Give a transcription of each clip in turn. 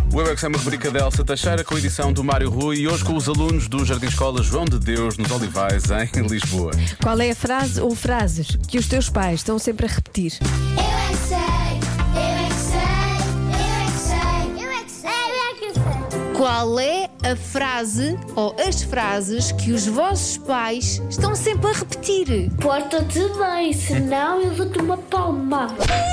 O Eu é que Sei, uma rubrica de Elsa Teixeira com a edição do Mário Rui e hoje com os alunos do Jardim Escola João de Deus nos Olivais, em Lisboa. Qual é a frase ou frases que os teus pais estão sempre a repetir? Eu é que sei, eu é que sei, eu é que sei, eu é que sei, eu é que sei. Qual é a frase ou as frases que os vossos pais estão sempre a repetir? Porta-te bem, senão eu dou-te uma palma.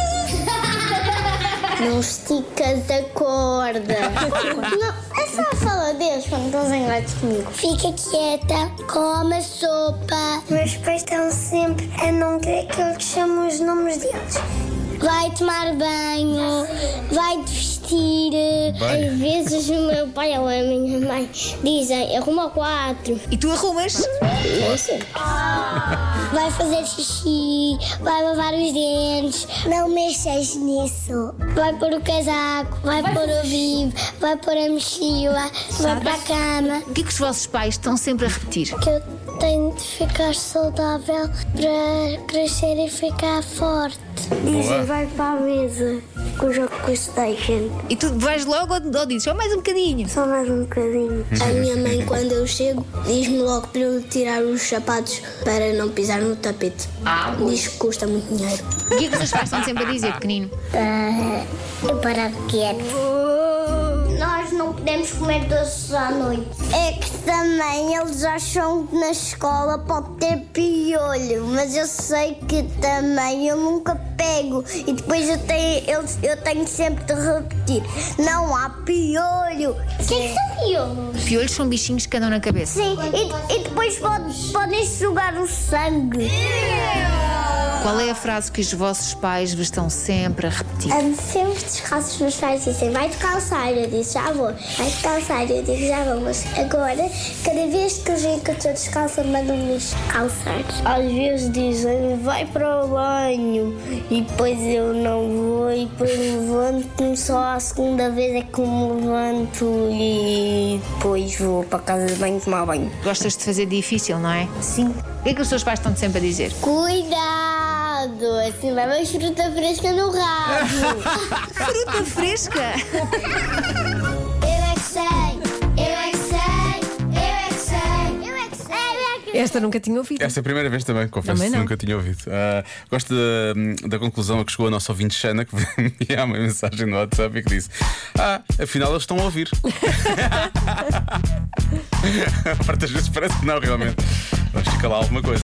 Não esticas a corda. Não, é só fala Deus quando estão zangados comigo. Fica quieta, come a sopa. Meus pais estão sempre a não querer que eu lhes chame os nomes deles. Vai tomar banho, vai te vestir. Vai. Às vezes o meu pai ou a minha mãe dizem arruma o 4. E tu arrumas? Não sei. Vai fazer xixi, vai lavar os dentes. Não mexas nisso. Vai pôr o casaco, vai pôr o bico, vai pôr a mochila, vai para a cama. O que é que os vossos pais estão sempre a repetir? Que eu tenho de ficar saudável para crescer e ficar forte. Dizem vai para a mesa que eu jogo com o Steichen. E tu vais logo ou dizes só mais um bocadinho? Só mais um bocadinho. A minha mãe, quando eu chego, diz-me logo para eu tirar os sapatos para não pisar no tapete. Diz que custa muito dinheiro. O que é que os teus pais estão sempre a dizer, pequenino? Eu parar quieto. Nós não podemos comer doces à noite. É que também eles acham que na escola pode ter piolho, mas eu sei que também eu nunca pego e depois eu tenho sempre de repetir: não há piolho. O que são piolhos? Piolhos são bichinhos que andam na cabeça. Sim, e depois podem sugar o sangue. Qual é a frase que os vossos pais vos estão sempre a repetir? Sempre descalços, os meus pais dizem vai de calçar, eu disse já vou. Vai de calçar, eu digo já vou. Mas agora, cada vez que eu vejo que eu estou descalça, mandam-me calçar. Às vezes dizem vai para o banho e depois eu não vou e depois levanto-me só a segunda vez é que me levanto e depois vou para a casa de banho tomar banho. Gostas de fazer difícil, não é? Sim. O que é que os teus pais estão sempre a dizer? Cuidado, assim levas fruta fresca no rabo. Fruta fresca! Eu é que sei, eu é que sei, eu é que sei, eu é que sei, eu é que sei. Esta nunca tinha ouvido. Esta é a primeira vez também, confesso Também que não. nunca tinha ouvido. Gosto da conclusão a que chegou a nossa ouvinte Xana, que me enviou uma mensagem no WhatsApp e que disse: afinal eles estão a ouvir. A parte das vezes parece que não, realmente. Mas fica lá alguma coisa.